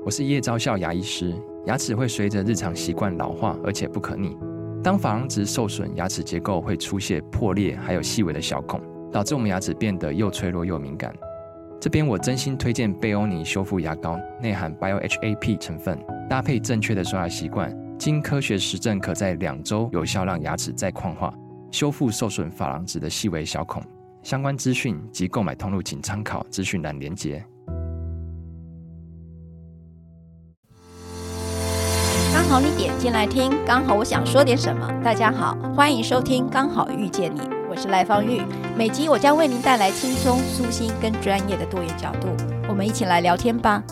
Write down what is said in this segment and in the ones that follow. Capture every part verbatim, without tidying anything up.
我是叶昭孝牙医师。牙齿会随着日常习惯老化，而且不可逆。当珐琅质受损，牙齿结构会出现破裂，还有细微的小孔，导致我们牙齿变得又脆弱又敏感。这边我真心推荐贝欧尼修复牙膏，内含 B I O H A P 成分，搭配正确的刷牙习惯，经科学实证可在两周有效让牙齿再矿化，修复受损珐琅质的细微小孔。相关资讯及购买通路请参考资讯栏连结。 刚好你点进来听，刚好我想说点什么。大家好，欢迎收听刚好遇见你，我是赖芳玉。每集我将为您带来轻松、舒心跟专业的多元角度，我们一起来聊天吧。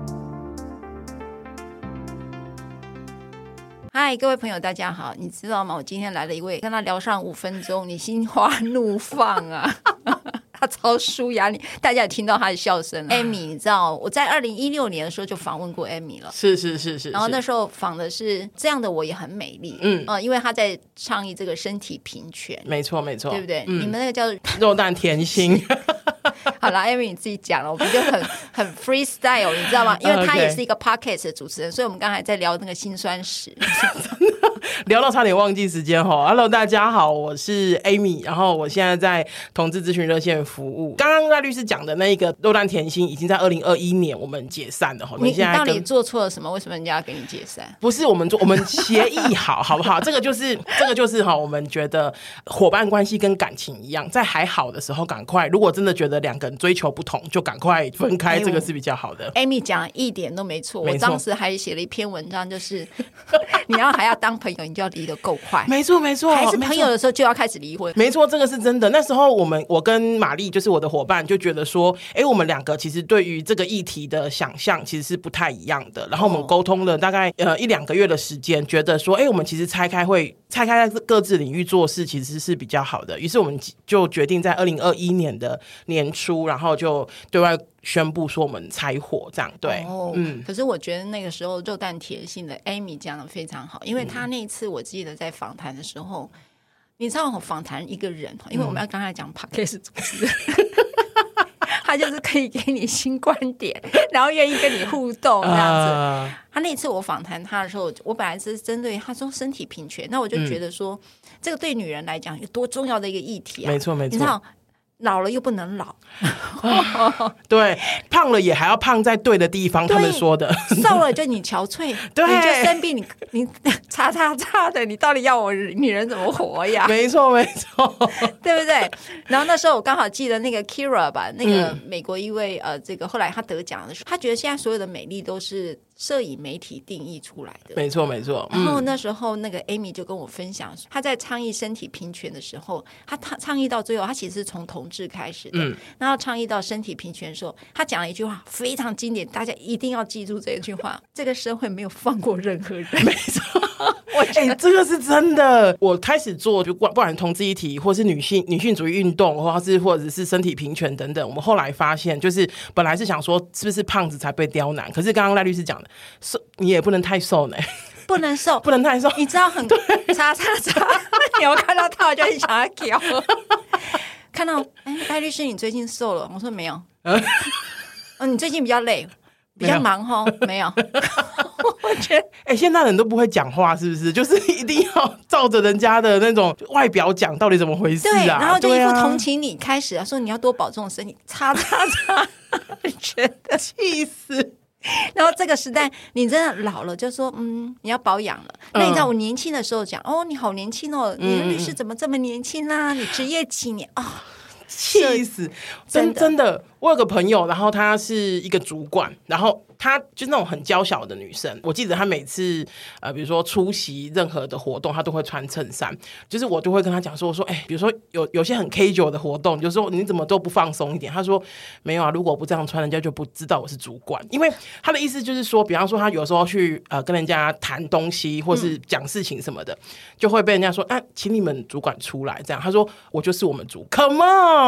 嗨，各位朋友大家好，你知道吗？我今天来了一位，跟他聊上五分钟，你心花怒放啊他超舒压，大家也听到他的笑声。Amy， 你知道我在二零一六年的时候就访问过 Amy 了， 是是是是， 然后那时候访的是这样的我也很美丽，嗯、呃，因为他在倡议这个身体平权， 没错没错， 对不对？ 嗯、 你们那个叫肉蛋甜心。 好啦 Amy 你自己讲了，我们就很很 freestyle 你知道吗？因为他也是一个 podcast 的主持人，所以我们刚才在聊那个辛酸史聊到差点忘记时间齁。 Hello 大家好，我是 Amy， 然后我现在在同志咨询热线服务。刚刚赖律师讲的那个肉蛋甜心已经在二零二一年我们解散了。 你, 你到底做错了什么？为什么人家要跟你解散？ 不是我们做，我们协议好好不好？这个就是这个就是我们觉得伙伴关系跟感情一样，在还好的时候赶快，如果真的觉得两个人追求不同就赶快分开，这个是比较好的。 Amy 讲一点都没错，我当时还写了一篇文章，就是你要还要当朋友你就要离得够快。 没错没错， 还是朋友的时候就要开始离婚。 没错，这个是真的。那时候我们我跟玛丽就是我的伙伴就觉得说，哎，我们两个其实对于这个议题的想象其实是不太一样的。然后我们沟通了大概呃一两个月的时间，觉得说，哎，我们其实拆开会拆开在各自领域做事其实是比较好的。于是我们就决定在二零二一年的年初，然后就对外宣布说我们拆伙这样。对、 哦嗯、可是我觉得那个时候肉蛋铁心的 Amy 讲的非常好，因为她那一次我记得在访谈的时候、嗯、你知道我访谈一个人，因为我们要刚才讲 podcast 主持人他就是可以给你新观点，然后愿意跟你互动这样子、uh... 他那次我访谈他的时候，我本来是针对他说身体平权，那我就觉得说、嗯、这个对女人来讲有多重要的一个议题啊。 没错没错， 你知道老了又不能老对，胖了也还要胖在对的地方，他们说的。 瘦了就你憔悴，对，你就生病，你你叉叉叉的，你到底要我女人怎么活呀？ 没错没错， 对不对？然后那时候我刚好记得那个 Kira 吧，那个美国一位、嗯、呃，这个后来他得奖的时候，他觉得现在所有的美丽都是摄影媒体定义出来的。 没错没错。 然后那时候那个 Amy 就跟我分享，他在倡议身体平权的时候，他倡议到最后，他其实是从同志开始的，嗯，然后倡议到身体平权的时候，他讲了一句话非常经典，大家一定要记住这句话：这个社会没有放过任何人。 没错，我觉得、欸、这个是真的。我开始做，就不管同志议题，或是女性女性主义运动，或是或者是身体平权等等，我们后来发现，就是本来是想说是不是胖子才被刁难，可是刚刚赖律师讲的，瘦你也不能太瘦呢。 不能瘦， 不能太瘦， 你知道很叉叉叉。你有看到他，我就很想要挑。看到哎，赖律师你最近瘦了，我说没有。嗯、哦，你最近比较累，比较忙齁，没有。我觉得哎、欸，现在人都不会讲话，是不是？就是一定要照着人家的那种外表讲，到底怎么回事啊？ 对，然后就一副同情你，开始、啊、说你要多保重身体，叉叉叉，觉得气死。 然后这个时代你真的老了就说嗯你要保养了、嗯、那你知道我年轻的时候讲哦你好年轻哦，你的律师怎么这么年轻啊、嗯、你职业几年啊、哦， 气死。真的真的，我有个朋友，然后他是一个主管，然后她就是那种很娇小的女生。我记得她每次呃，比如说出席任何的活动，她都会穿衬衫。就是我就会跟她讲说，我说，哎、欸，比如说有有些很 casual 的活动，就说你怎么都不放松一点？她说没有啊，如果我不这样穿，人家就不知道我是主管。因为她的意思就是说，比方说她有时候去呃跟人家谈东西，或是讲事情什么的，嗯、就会被人家说，啊，请你们主管出来这样。她说我就是我们主 ，Come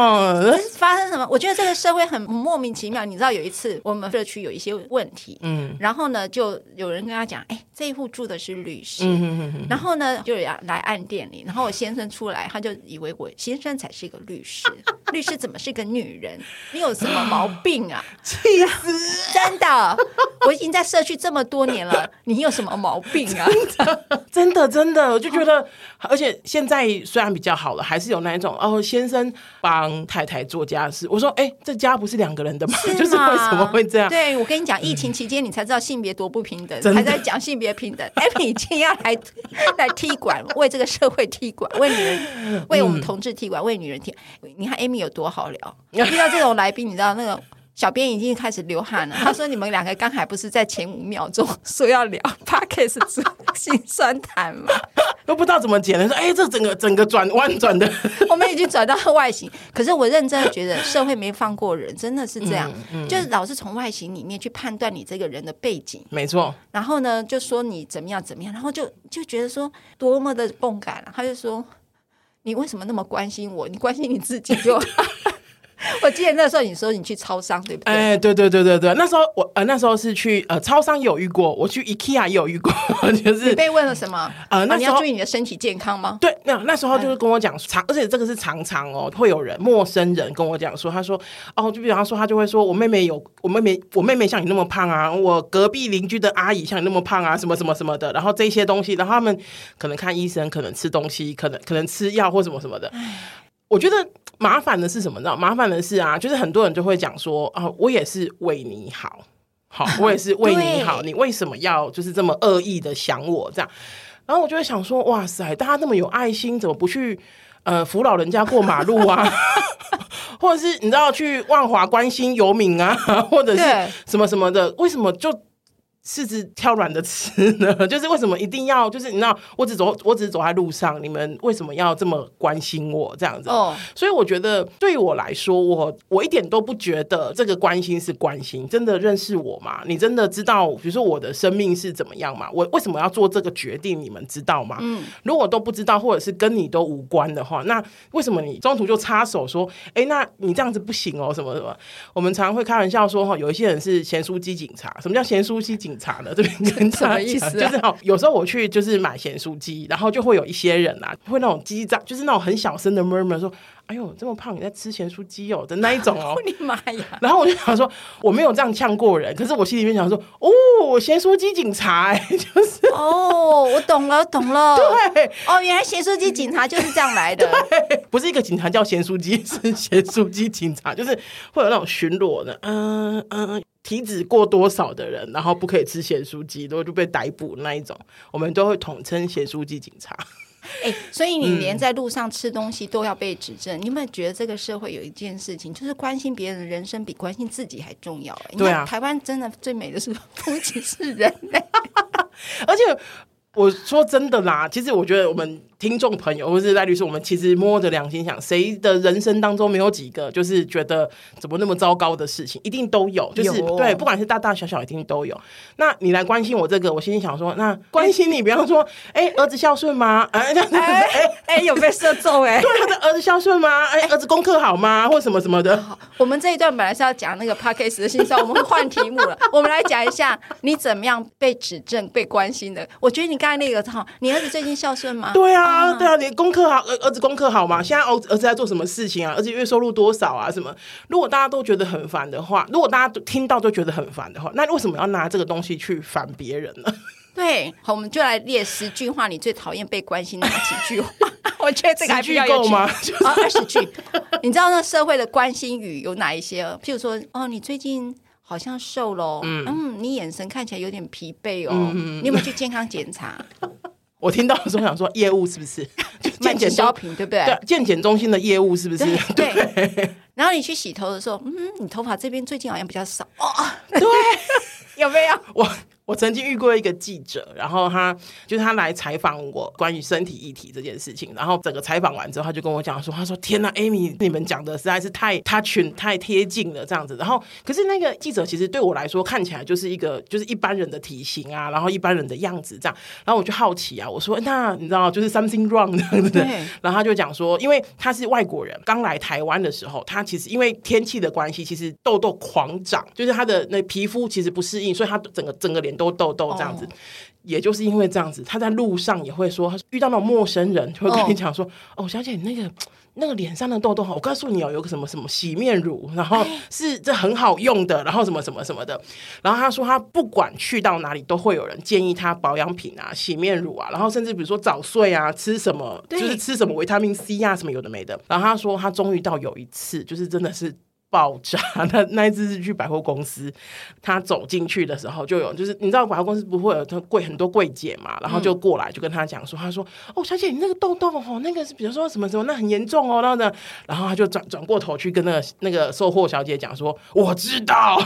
on， 发生什么？我觉得这个社会很莫名其妙。你知道有一次我们社区有一些问题，嗯，然后呢就有人跟他讲，哎，这一户住的是律师，嗯哼哼哼，然后呢就有人来按电铃，然后我先生出来，他就以为我先生才是一个律师，律师怎么是个女人？你有什么毛病啊？ 气死！ 真的， 我已经在社区这么多年了，你有什么毛病啊？ 真的真的，我就觉得，而且现在虽然比较好了，还是有那一种哦，先生帮太太做家事。我说，哎、欸，这家不是两个人的吗？是就是为什么会这样？ 对，我跟你讲，疫情期间你才知道性别多不平等，还在讲性别平等。Amy 已经要来来踢馆，为这个社会踢馆，为女人，为我们同志踢馆，为女人踢。你看 Amy 有多好聊，遇到这种来宾，你知道那个。小编已经开始流汗了，他说你们两个刚才不是在前五秒钟说要聊 Podcast 心酸谈吗？ 都不知道怎么剪了，说哎、欸，这整个整个转弯转的， 我们已经转到外形。可是我认真的觉得社会没放过人，真的是这样，嗯嗯、就是老是从外形里面去判断你这个人的背景， 没错。然后呢，就说你怎么样怎么样，然后就就觉得说多么的共感、啊、他就说你为什么那么关心我？你关心你自己就好。我记得那时候你说你去超商对不对？ 哎，对对对对对，那时候我呃那时候是去呃超商也有遇过，我去 IKEA 也有遇过，就是你被问了什么？ 呃，那啊、你要注意你的身体健康吗？ 对，那那时候就是跟我讲常，而且这个是常常哦，会有人陌生人跟我讲说，他说哦，就比方说他就会说我妹妹有我妹妹我妹妹像你那么胖啊，我隔壁邻居的阿姨像你那么胖啊，什么什么什么的，然后这些东西，然后他们可能看医生，可能吃东西，可能可能吃药或什么什么的。我觉得麻烦的是什么呢？麻烦的是啊，就是很多人就会讲说啊，我也是为你好，好，我也是为你好，你为什么要就是这么恶意的想我这样？然后我就会想说，哇塞，大家那么有爱心，怎么不去呃扶老人家过马路啊？或者是你知道去万华关心游民啊，或者是什么什么的，为什么就？柿子挑软的吃呢？就是为什么一定要就是你知道我只走我只是走在路上，你们为什么要这么关心我这样子？哦，所以我觉得对于我来说，我我一点都不觉得这个关心是关心。真的认识我吗？你真的知道，比如说我的生命是怎么样吗？我为什么要做这个决定？你们知道吗？嗯，如果都不知道，或者是跟你都无关的话，那为什么你中途就插手说，哎，那你这样子不行哦，什么什么？我们常常会开玩笑说，有一些人是咸酥鸡警察。什么叫咸酥鸡警察？茶的这边跟什么意思、啊？ 就是有时候我去就是买咸酥鸡，然后就会有一些人啊，会那种叽喳，就是那种很小声的 murmur 说：“哎呦，这么胖，你在吃咸酥鸡哦”的那一种哦。 你妈呀！ 然后我就想说，我没有这样呛过人，可是我心里面想说，哦，咸酥鸡警察、欸，就是哦，我懂了，懂了。 对， 哦，原来咸酥鸡警察就是这样来的。 对，不是一个警察叫咸酥鸡，是咸酥鸡警察，就是会有那种巡逻的，嗯、呃、嗯。呃体脂过多少的人，然后不可以吃咸酥鸡，然后就被逮捕那一种，我们都会统称咸酥鸡警察。 欸、所以你连在路上吃东西都要被指正、嗯、你有没有觉得这个社会有一件事情，就是关心别人的人生比关心自己还重要、欸、 对啊， 台湾真的最美的是风景是人、欸、 而且我说真的啦，其实我觉得我们听众朋友或是赖律师，我们其实摸着良心想，谁的人生当中没有几个就是觉得怎么那么糟糕的事情，一定都有，就是有对，不管是大大小小一定都有。那你来关心我这个，我心里想说，那关心你比方说哎、欸，儿子孝顺吗？哎哎哎，有被射中哎、欸、 对，他的儿子孝顺吗？哎、欸，儿子功课好吗？或什么什么的。 我们这一段本来是要讲那个 podcast 的心酸，我们会换题目了。我们来讲一下你怎么样被指正被关心的。我觉得你刚才那个你儿子最近孝顺吗？ 对啊啊对啊，你功课好，儿子功课好嘛？现在儿子在做什么事情啊？儿子月收入多少啊？什么？如果大家都觉得很烦的话，如果大家都听到都觉得很烦的话，那为什么要拿这个东西去烦别人呢？ 对，好，我们就来列十句话，你最讨厌被关心哪几句话？我觉得这个还十句够吗？ 啊，二十句。你知道那社会的关心语有哪一些？譬如说，哦，你最近好像瘦了，嗯, 嗯，你眼神看起来有点疲惫哦，嗯、你有没有去健康检查？ 我听到的时候想说，业务是不是健检消品，对不对？ 对，健检中心的业务是不是？ 对。对然后你去洗头的时候，嗯，你头发这边最近好像比较少哦。 对， 有没有？ 我我曾经遇过一个记者，然后他就是他来采访我关于身体议题这件事情，然后整个采访完之后，他就跟我讲说，他说天哪 ，Amy， 你们讲的实在是太 touch 太贴近了这样子。然后可是那个记者其实对我来说看起来就是一个就是一般人的体型啊，然后一般人的样子这样。然后我就好奇啊，我说那你知道就是 something wrong 这样子的。然后他就讲说，因为他是外国人，刚来台湾的时候，他其实因为天气的关系，其实痘痘狂长，就是他的那皮肤其实不适应，所以他整个整个脸都痘痘这样子。哦，也就是因为这样子，他在路上也会说，遇到那种陌生人就会跟你讲说，哦，哦小姐，你那个那个脸上的痘痘，我告诉你哦，有个什么什么洗面乳，然后是这很好用的，然后什么什么什么的。然后他说他不管去到哪里都会有人建议他保养品啊、洗面乳啊，然后甚至比如说早睡啊、吃什么就是吃什么维他命 C 啊什么有的没的。然后他说他终于到有一次就是真的是爆炸，那那一次是去百货公司，他走进去的时候就有，就是你知道百货公司不会有柜很多柜姐嘛，然后就过来就跟他讲说，他说哦小姐你那个痘痘哦，那个是比如说什么什么那很严重哦，然后呢，然后他就转转过头去跟那个那个售货小姐讲说我知道。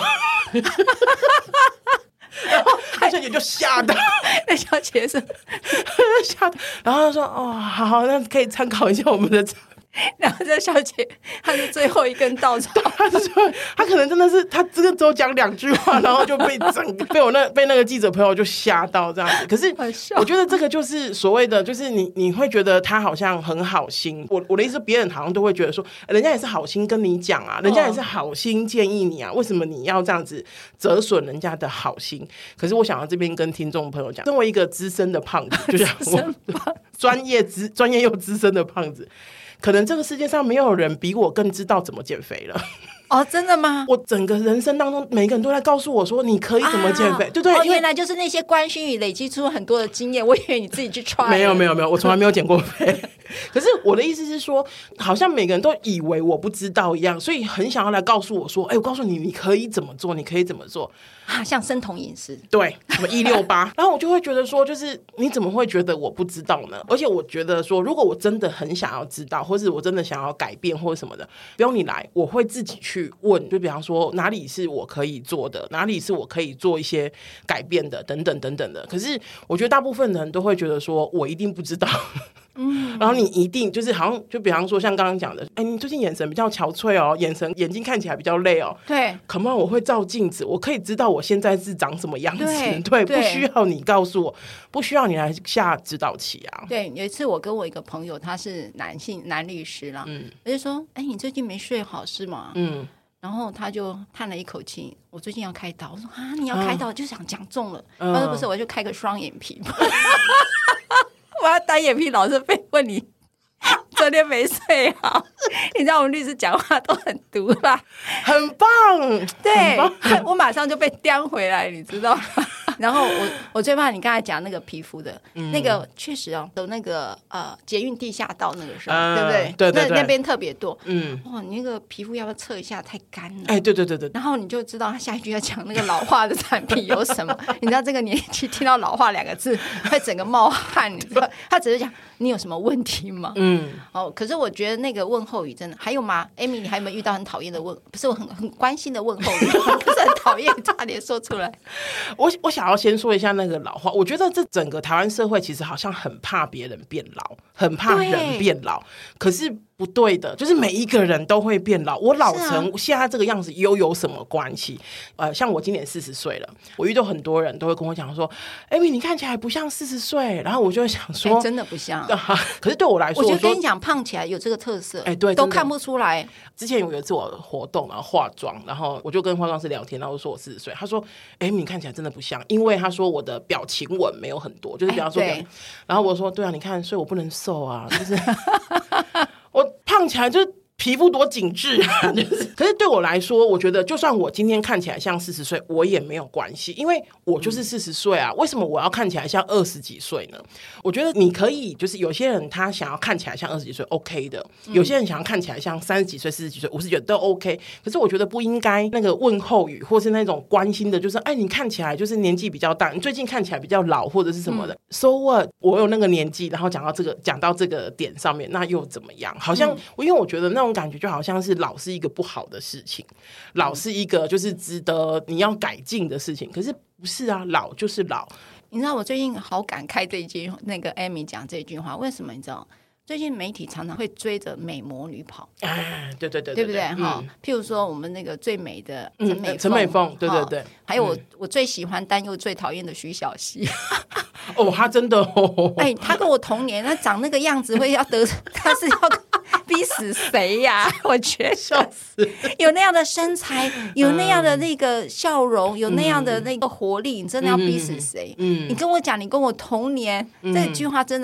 然后那小姐就吓到， 那小姐是吓到，然后他说哦好，那可以参考一下我们的。 然后这小姐她是最后一根稻草， 她是她可能真的是她这个只有讲两句话，然后就被整被我那被那个记者朋友就吓到这样子。可是我觉得这个就是所谓的，就是你你会觉得他好像很好心。我我的意思，别人好像都会觉得说，人家也是好心跟你讲啊，人家也是好心建议你啊，为什么你要这样子折损人家的好心？可是我想要这边跟听众朋友讲，身为一个资深的胖子，就像我专业资专业又资深的胖子。可能这个世界上没有人比我更知道怎么减肥了。 哦，真的吗？ 我整个人生当中，每个人都在告诉我说，你可以怎么减肥，啊、对不对？ 哦，原来就是那些官宣语累积出很多的经验，我以为你自己去 try。 没有没有没有，我从来没有减过肥。可是我的意思是说，好像每个人都以为我不知道一样，所以很想要来告诉我说，哎，我告诉你，你可以怎么做，你可以怎么做啊？像生酮饮食， 对，什么一六八，然后我就会觉得说，就是你怎么会觉得我不知道呢？而且我觉得说，如果我真的很想要知道，或是我真的想要改变或者什么的，不用你来，我会自己去问，就比方说哪里是我可以做的，哪里是我可以做一些改变的，等等等等的。可是我觉得大部分人都会觉得说，我一定不知道。嗯，然后你一定就是好像就比方说像刚刚讲的，哎，你最近眼神比较憔悴哦，眼神眼睛看起来比较累哦。 对 ，Come on， 我会照镜子，我可以知道我现在是长什么样子。 对， 对，不需要你告诉我，不需要你来下指导棋啊。 对，有一次我跟我一个朋友，他是男性男律师啦，嗯，我就说，哎，你最近没睡好是吗？嗯。然后他就叹了一口气，我最近要开刀。我说啊，你要开刀、嗯、就想讲中了。他、嗯、说不是，我就开个双眼皮。我要单眼皮，老是被问你昨天没睡好。你知道我们律师讲话都很毒啦， 很棒。 对， 很棒， 我马上就被叼回来，你知道吗？然后我我最怕你刚才讲那个皮肤的、嗯、那个，确实哦，有那个呃捷运地下道那个时候、呃，对不对？ 对对对， 那那边特别多。嗯，哇，你那个皮肤要不要测一下？太干了。 哎，对对对对。 然后你就知道他下一句要讲那个老化的产品有什么。你知道这个年纪听到老化两个字，会整个冒汗。你知道，他只是讲你有什么问题吗？嗯。哦，可是我觉得那个问候语真的还有吗 ？Amy， 你还有没有遇到很讨厌的问？不是我很很关心的问候语，不是很讨厌，差点说出来。 我我想要先说一下那个老化，我觉得这整个台湾社会其实好像很怕别人变老，很怕人变老，可是不对的，就是每一个人都会变老。我老成现在这个样子又有什么关系？呃，像我今年四十岁了，我遇到很多人都会跟我讲说：“哎，你看起来不像四十岁。”然后我就会想说：“ 真的不像。 啊”可是对我来说， 我就跟你讲，胖起来有这个特色， 哎，对， 都看不出来。 之前有一次我活动，然后化妆，然后我就跟化妆师聊天，然后我说我四十岁，他说：“哎，你看起来真的不像，因为他说我的表情纹没有很多，就是比方说，哎、然后我说对啊，你看，所以我不能瘦啊，就是我胖起来就。”皮肤多紧致啊！就是，可是对我来说，我觉得就算我今天看起来像四十岁，我也没有关系，因为我就是四十岁啊。为什么我要看起来像二十几岁呢？我觉得你可以，就是有些人他想要看起来像二十几岁 ，OK 的；有些人想要看起来像三十几岁、四十几岁、五十几岁都 OK。可是我觉得不应该那个问候语，或是那种关心的，就是哎，你看起来就是年纪比较大，你最近看起来比较老，或者是什么的。嗯、So what？ 我有那个年纪，然后讲到这个，讲到这个点上面，那又怎么样？好像、嗯、因为我觉得那种感觉就好像是老是一个不好的事情，老是一个就是值得你要改进的事情，可是不是啊，老就是老。 你知道我最近好感慨这一句，那个 Amy 讲这句话，为什么？你知道最近媒体常常会追着美魔女跑， 啊，对对对对, 对不对？哈、嗯，譬如说我们那个最美的陈美凤，陈、嗯、 美凤，对对对， 还有我、嗯、我最喜欢但又最讨厌的徐小溪。 哦，他真的哦， 哎，他跟我同年，他长那个样子，会要得，他是要逼死谁呀、啊？我觉得笑死， 有那样的身材，有那样的那个笑容，嗯、有那样的那个活力，你真的要逼死谁？嗯，你跟我讲，你跟我同年，嗯、这句话真的。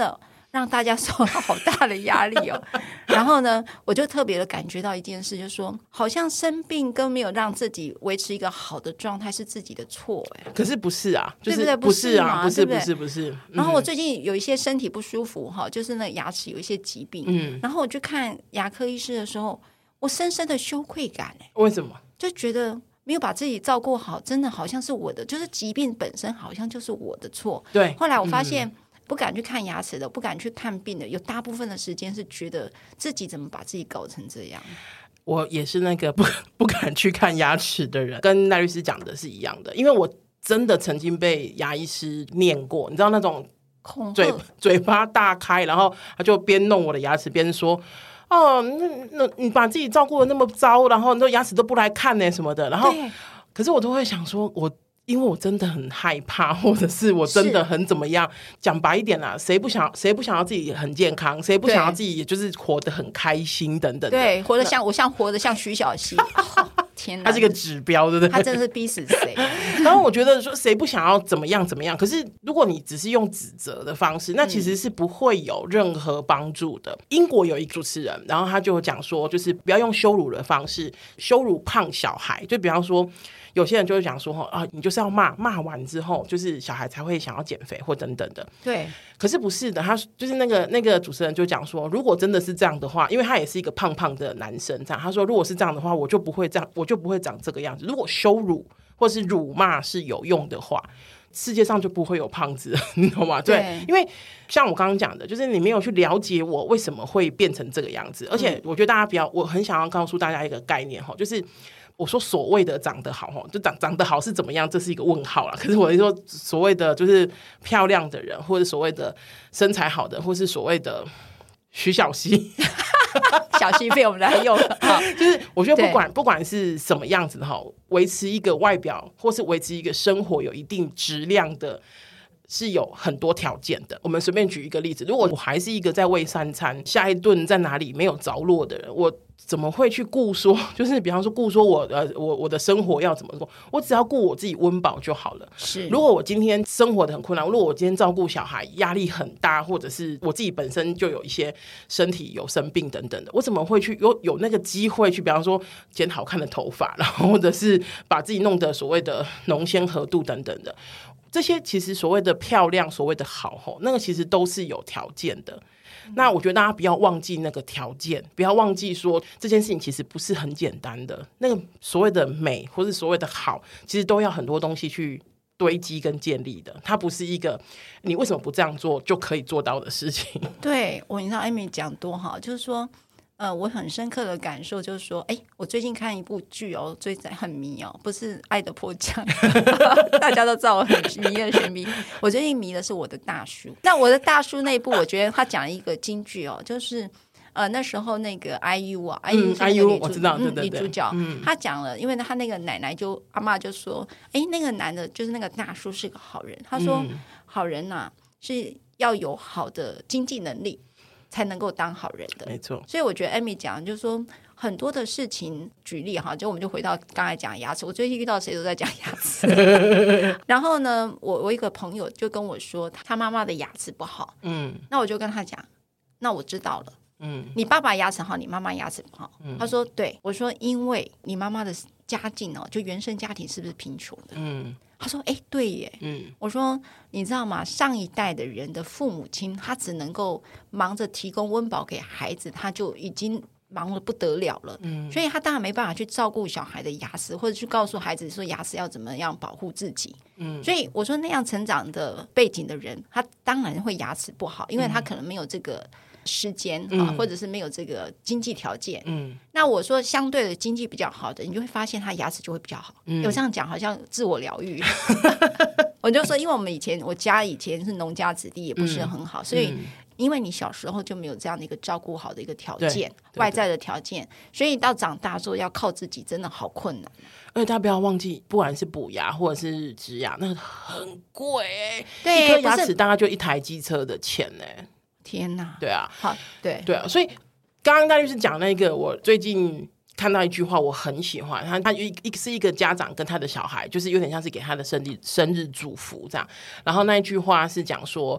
让大家受到好大的压力哦。然后呢，我就特别的感觉到一件事，就是说，好像生病跟没有让自己维持一个好的状态是自己的错哎。 可是不是啊，就是对不对？ 不是啊，不是不是不是不是。 然后我最近有一些身体不舒服哈，就是那牙齿有一些疾病，嗯，然后我去看牙科医师的时候，我深深的羞愧感哎。 为什么？ 就觉得没有把自己照顾好，真的好像是我的，就是疾病本身好像就是我的错。 对， 后来我发现、嗯、不敢去看牙齿的，不敢去看病的，有大部分的时间是觉得自己怎么把自己搞成这样。 我也是那个不不敢去看牙齿的人，跟赖律师讲的是一样的，因为我真的曾经被牙医师念过，你知道那种嘴嘴巴大开，然后他就边弄我的牙齿边说，哦，那那你把自己照顾的那么糟，然后那牙齿都不来看呢什么的，然后可是我都会想说，我因为我真的很害怕，或者是我真的很怎么样，讲白一点啦，谁不想谁不想要自己很健康，谁不想要自己就是活得很开心等等的， 对，活得像我像活得像徐小溪。哦天哪， 他是一个指标，对不对？ 他真的是逼死谁？ 然后我觉得说谁不想要怎么样怎么样，可是如果你只是用指责的方式，那其实是不会有任何帮助的。嗯、英国有一个主持人，然后他就讲说，就是不要用羞辱的方式羞辱胖小孩，就比方说。有些人就会讲说啊，你就是要骂，骂完之后，就是小孩才会想要减肥或等等的。 对， 可是不是的，他就是那个那个主持人就讲说，如果真的是这样的话，因为他也是一个胖胖的男生，这样他说，如果是这样的话，我就不会这样，我就不会长这个样子。如果羞辱或是辱骂是有用的话，世界上就不会有胖子，你懂吗？ 对, 对，因为像我刚刚讲的，就是你没有去了解我为什么会变成这个样子，而且我觉得大家不要，我很想要告诉大家一个概念，就是我说所谓的长得好，就 长, 长得好是怎么样，这是一个问号啦。可是我说所谓的就是漂亮的人，或者所谓的身材好的，或是所谓的徐小溪小溪被我们来用了就是我觉得不管不管是什么样子的，维持一个外表或是维持一个生活有一定质量的，是有很多条件的。我们随便举一个例子，如果我还是一个在喂三餐，下一顿在哪里没有着落的人，我怎么会去顾说，就是比方说顾说我呃我我的生活要怎么做，我只要顾我自己温饱就好了。 是，如果我今天生活的很困难，如果我今天照顾小孩压力很大，或者是我自己本身就有一些身体有生病等等的，我怎么会去有有那个机会去，比方说剪好看的头发，然后或者是把自己弄得所谓的浓鲜合度等等的。这些其实所谓的漂亮，所谓的好，那个其实都是有条件的。那我觉得大家不要忘记那个条件，不要忘记说这件事情其实不是很简单的。那个所谓的美或是所谓的好，其实都要很多东西去堆积跟建立的，它不是一个你为什么不这样做就可以做到的事情。 对，我你知道 Amy 讲多好，就是说呃，我很深刻的感受就是说，哎，我最近看一部剧哦，最近很迷哦，不是《爱的迫降》，大家都知道我很迷的学迷。我最近迷的是我的大叔。那我的大叔那一部，我觉得他讲了一个金句哦，就是呃那时候那个 I U 啊 ，I U 是那个女主、嗯、 我知道，对对对， 女主角，嗯、他讲了，因为他那个奶奶就阿嬷就说，哎，那个男的，就是那个大叔是个好人。他说，嗯、好人呐、啊、是要有好的经济能力。才能够当好人的， 没错。 所以我觉得 Amy 讲就是说很多的事情，举例哈，就我们就回到刚才讲牙齿。我最近遇到谁都在讲牙齿，然后呢，我我一个朋友就跟我说，他妈妈的牙齿不好，嗯，那我就跟他讲，那我知道了，嗯，你爸爸牙齿好，你妈妈牙齿不好，嗯、他说对，我说因为你妈妈的家境哦，就原生家庭是不是贫穷的，嗯。他说哎，对耶、嗯、我说你知道吗，上一代的人的父母亲他只能够忙着提供温饱给孩子，他就已经忙得不得了了、嗯、所以他当然没办法去照顾小孩的牙齿，或者去告诉孩子说牙齿要怎么样保护自己、嗯、所以我说那样成长的背景的人，他当然会牙齿不好，因为他可能没有这个时间、嗯啊、或者是没有这个经济条件、嗯、那我说相对的经济比较好的，你就会发现他牙齿就会比较好、嗯、有这样讲好像自我疗愈我就说因为我们以前我家以前是农家子弟也不是很好、嗯、所以因为你小时候就没有这样的一个照顾好的一个条件，外在的条件，所以到长大之后要靠自己真的好困难。 而且大家不要忘记，不管是补牙或者是植牙，那个很贵、欸、 对， 一颗牙齿大概就一台机车的钱呢、欸。 天哪， 对啊， 好，对对啊，所以刚刚大律师讲那个，我最近看到一句话，我很喜欢，他他一是一个家长跟他的小孩，就是有点像是给他的生日生日祝福这样。然后那一句话是讲说，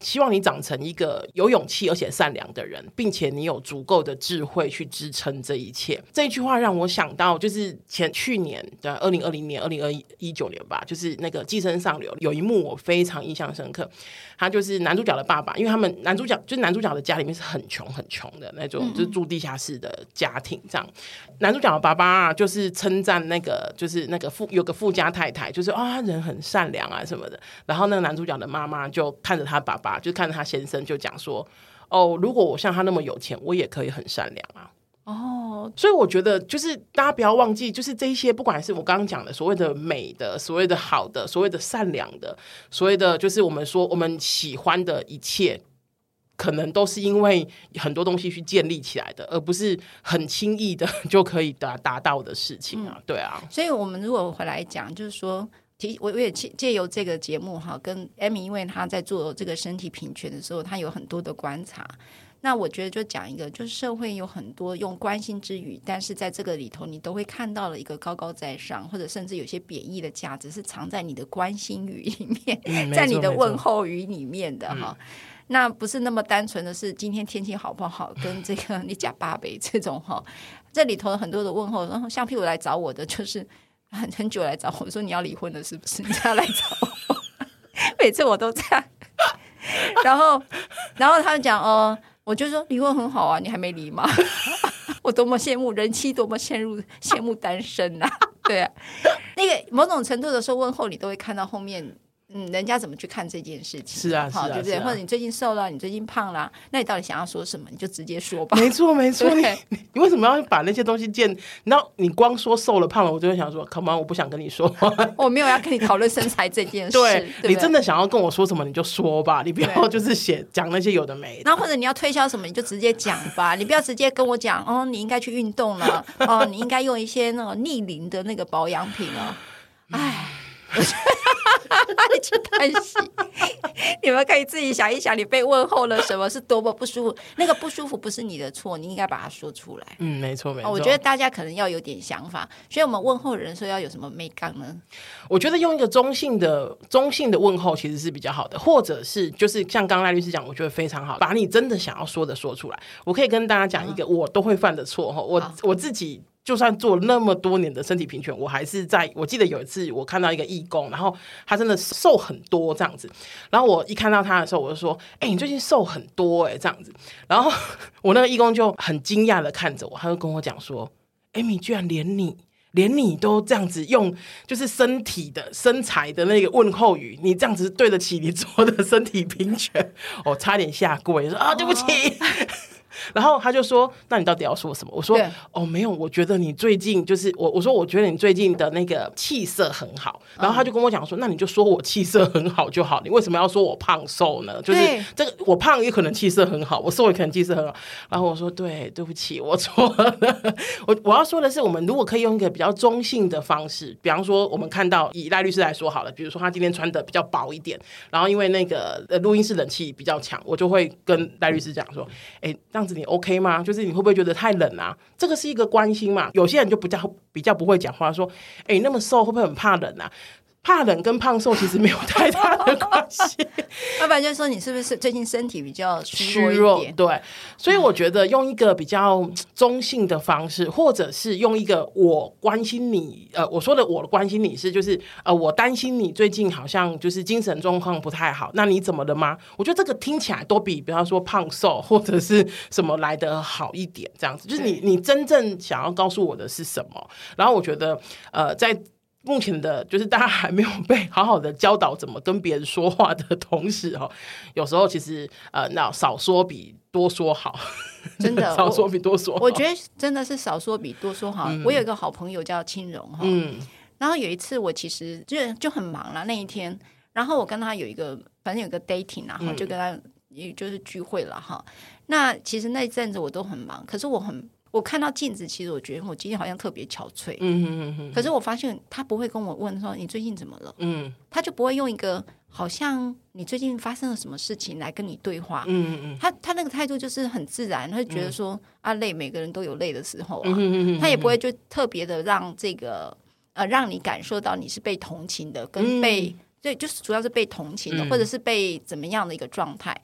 希望你长成一个有勇气而且善良的人，并且你有足够的智慧去支撑这一切。这一句话让我想到，就是前去年的二零二零年、二零一九年吧，就是那个《寄生上流》有一幕我非常印象深刻。他就是男主角的爸爸，因为他们男主角就是男主角的家里面是很穷很穷的那种，就是住地下室的家庭这样。男主角的爸爸啊，就是称赞那个就是那个富有个富家太太，就是啊、哦、人很善良啊什么的。然后那个男主角的妈妈就看着他爸爸，就看着他先生，就讲说：“哦，如果我像他那么有钱，我也可以很善良啊。”哦，所以我觉得就是大家不要忘记，就是这一些不管是我刚刚讲的所谓的美的、所谓的好的、所谓的善良的、所谓的就是我们说我们喜欢的一切，可能都是因为很多东西去建立起来的，而不是很轻易的就可以达达到的事情啊。嗯、对啊， 所以我们如果回来讲，就是说。我也借由这个节目哈，跟 Amy 因为她在做这个身体平权的时候，她有很多的观察。那我觉得就讲一个，就是社会有很多用关心之语，但是在这个里头，你都会看到了一个高高在上，或者甚至有些贬义的价值是藏在你的关心语里面，嗯、在你的问候语里面的哈。嗯、那不是那么单纯的是今天天气好不好，跟这个你假八北这种哈，这里头很多的问候，然后像譬如来找我的就是。很很久来找我说你要离婚了是不是？你要来找我，每次我都这样。然后，然后他们讲哦，我就说离婚很好啊，你还没离吗？我多么羡慕人妻，多么羡慕羡慕单身啊！对啊，那个某种程度的时候问候，你都会看到后面。嗯，人家怎么去看这件事情？ 是啊，是啊， 对不对？ 啊、 或者你最近瘦了，你最近胖了，那你到底想要说什么？你就直接说吧。 没错，没错。你你为什么要把那些东西建？然后你光说瘦了、胖了，我就会想说 ，Come on， 我不想跟你说话。 我没有要跟你讨论身材这件事。 对， 对对你真的想要跟我说什么，你就说吧，你不要就是写讲那些有的没的。 然后或者你要推销什么，你就直接讲吧，你不要直接跟我讲哦，你应该去运动了，哦，你应该用一些那种逆龄的那个保养品哦。唉。你去叹息，你们可以自己想一想，你被问候了什么，是多么不舒服。那个不舒服不是你的错，你应该把它说出来。 嗯，没错没错、哦。 我觉得大家可能要有点想法，所以我们问候人说要有什么美感呢？ 我觉得用一个中性的中性的问候其实是比较好的，或者是就是像刚刚赖律师讲，我觉得非常好，把你真的想要说的说出来。我可以跟大家讲一个我都会犯的错，我我自己。就算做那么多年的身体平权，我还是在我记得有一次我看到一个义工，然后他真的瘦很多这样子，然后我一看到他的时候我就说哎、欸，你最近瘦很多哎、欸、这样子，然后我那个义工就很惊讶的看着我，他就跟我讲说 Amy 居然连你连你都这样子用就是身体的身材的那个问候语，你这样子对得起你做的身体平权，我差点下跪说啊对不起、哦然后他就说那你到底要说什么？我说哦没有，我觉得你最近就是我我说我觉得你最近的那个气色很好，然后他就跟我讲说、嗯、那你就说我气色很好就好，你为什么要说我胖瘦呢？就是这个我胖也可能气色很好，我瘦也可能气色很好。然后我说对对不起我错了我我要说的是我们如果可以用一个比较中性的方式，比方说我们看到以赖律师来说好了，比如说他今天穿的比较薄一点，然后因为那个录音室冷气比较强，我就会跟赖律师讲说哎这样子你 OK 吗？就是你会不会觉得太冷啊？这个是一个关心嘛。有些人就比较比较不会讲话，说哎、欸，那么瘦会不会很怕冷啊？怕冷跟胖瘦其实没有太大的关系。 要不然就说你是不是最近身体比较虚弱一点？ 对，所以我觉得用一个比较中性的方式，或者是用一个我关心你，呃，我说的我关心你是就是呃，我担心你最近好像就是精神状况不太好，那你怎么了吗？我觉得这个听起来都比比方说胖瘦或者是什么来得好一点，这样子就是你你真正想要告诉我的是什么？然后我觉得呃，在目前的就是大家还没有被好好的教导怎么跟别人说话的同时、哦、有时候其实呃，那少说比多说好， 真的少说比多说好。 我觉得真的是少说比多说好、嗯、我有一个好朋友叫青蓉、哦嗯、然后有一次我其实 就, 就很忙了那一天，然后我跟他有一个反正有一个 dating 然后就跟他也就是聚会了哈、嗯。那其实那一阵子我都很忙，可是我很我看到镜子，其实我觉得我今天好像特别憔悴。嗯哼哼哼。可是我发现他不会跟我问说你最近怎么了，嗯，他就不会用一个好像你最近发生了什么事情来跟你对话。嗯嗯。他他那个态度就是很自然，他就觉得说、嗯、啊累，每个人都有累的时候啊。嗯哼哼哼。他也不会就特别的让这个呃让你感受到你是被同情的，跟被。嗯对，就是主要是被同情的、嗯、或者是被怎么样的一个状态。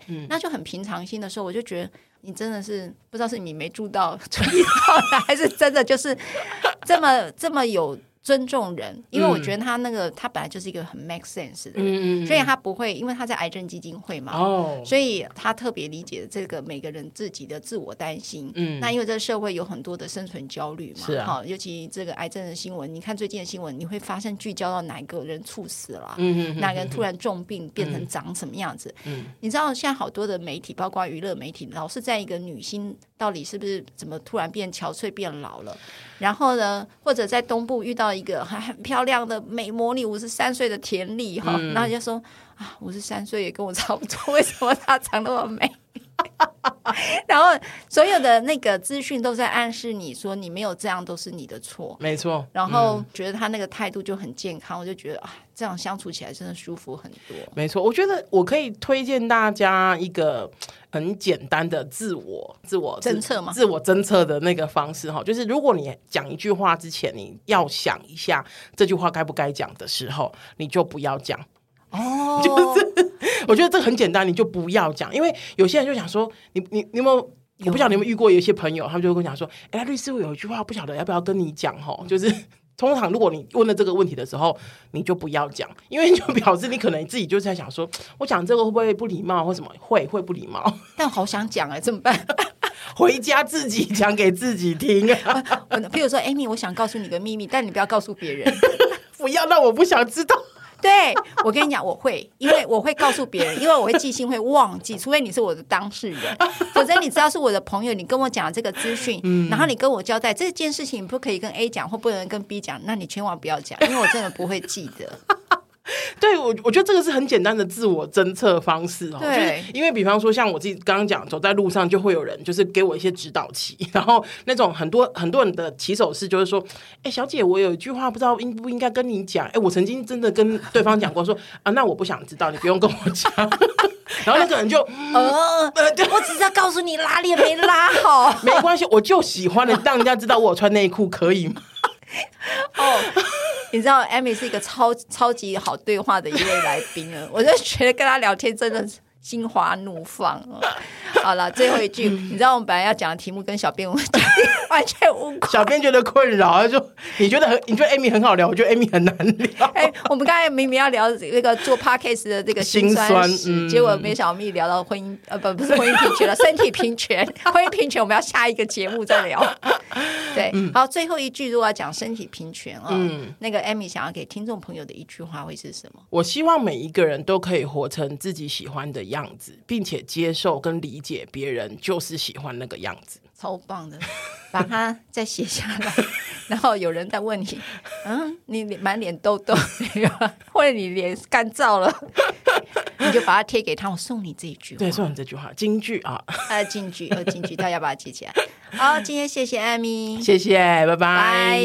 嗯，那就很平常心的时候，我就觉得你真的是不知道是你没注到注意到了，还是真的就是这么这么有尊重人，因为我觉得他那个、嗯、他本来就是一个很 make sense 的人、嗯嗯、所以他不会，因为他在癌症基金会嘛、哦、所以他特别理解这个每个人自己的自我担心、嗯、那因为这个社会有很多的生存焦虑嘛，是啊，尤其这个癌症的新闻，你看最近的新闻，你会发现聚焦到哪个人猝死了、嗯、哪个人突然重病变成长什么样子、嗯、你知道现在好多的媒体包括娱乐媒体老是在一个女星到底是不是怎么突然变憔悴变老了，然后呢或者在东部遇到一个很漂亮的美魔女五十三岁的田丽、嗯、然后就说啊，五十三岁也跟我差不多，为什么她长那么美然后所有的那个资讯都在暗示你说你没有这样都是你的错， 没错， 然后觉得他那个态度就很健康、嗯、我就觉得啊，这样相处起来真的舒服很多。 没错，我觉得我可以推荐大家一个很简单的自我自我侦测吗？ 自我侦测的那个方式，就是如果你讲一句话之前你要想一下这句话该不该讲的时候，你就不要讲哦，就是我觉得这很简单，你就不要讲，因为有些人就想说你你你有没有，我不晓得你有没有遇过有一些朋友他们就会跟我讲说，哎，律师我有一句话不晓得要不要跟你讲齁，就是通常如果你问了这个问题的时候你就不要讲，因为就表示你可能自己就在想说我讲这个会不会不礼貌或什么，会会不礼貌， 但好想讲哎，怎么办回家自己讲给自己听啊譬如说 Amy 我想告诉你个秘密，但你不要告诉别人不要让我不想知道。 对，我跟你讲我会，因为我会告诉别人，因为我会记性会忘记，除非你是我的当事人，否则你知道是我的朋友，你跟我讲这个资讯、嗯、然后你跟我交代这件事情你不可以跟 A 讲或不能跟 B 讲，那你千万不要讲，因为我真的不会记得对，我我觉得这个是很简单的自我侦测方式、哦、 对， 就是因为比方说像我自己刚刚讲走在路上就会有人就是给我一些指导棋，然后那种很多很多人的起手式就是说，哎，小姐我有一句话不知道应不应该跟你讲，哎，我曾经真的跟对方讲过说啊，那我不想知道，你不用跟我讲然后那个人就呃，我只是要告诉你拉链没拉好没关系，我就喜欢让人家知道我有穿内裤可以吗哦，你知道 Amy 是一个超超级好对话的一位来宾了，我就觉得跟他聊天真的心花怒放、哦、好了，最后一句、嗯、你知道我们本来要讲的题目跟小编完全无关， 小编觉得困扰，就你觉得很你觉得 Amy 很好聊，我觉得 Amy 很难聊、 欸、我们刚才明明要聊那个做 podcast 的这个辛酸史、嗯、结果没想到我们一聊到婚姻呃不不是婚姻平权了身体平权婚姻平权我们要下一个节目再聊对、嗯、好，最后一句如果要讲身体平权、哦嗯、那个 Amy 想要给听众朋友的一句话会是什么？ 我希望每一个人都可以活成自己喜欢的样子，并且接受跟理解别人就是喜欢那个样子。 超棒的，把它再写下来然后有人在问你嗯，你满脸痘痘或者你脸干燥了你就把它贴给他，我送你这一句话， 对，送你这句话金句啊， 呃，金句呃，金句大家把它记起来好，今天谢谢艾米， 谢谢，拜拜拜。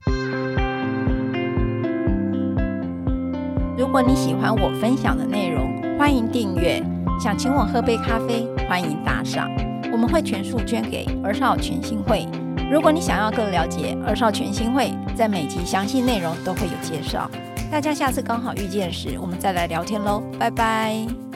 如果你喜欢我分享的内容，欢迎订阅，想请我喝杯咖啡，欢迎打赏，我们会全数捐给儿少全心会。如果你想要更了解儿少全心会，在每集详细内容都会有介绍。大家下次刚好遇见时，我们再来聊天咯，拜拜。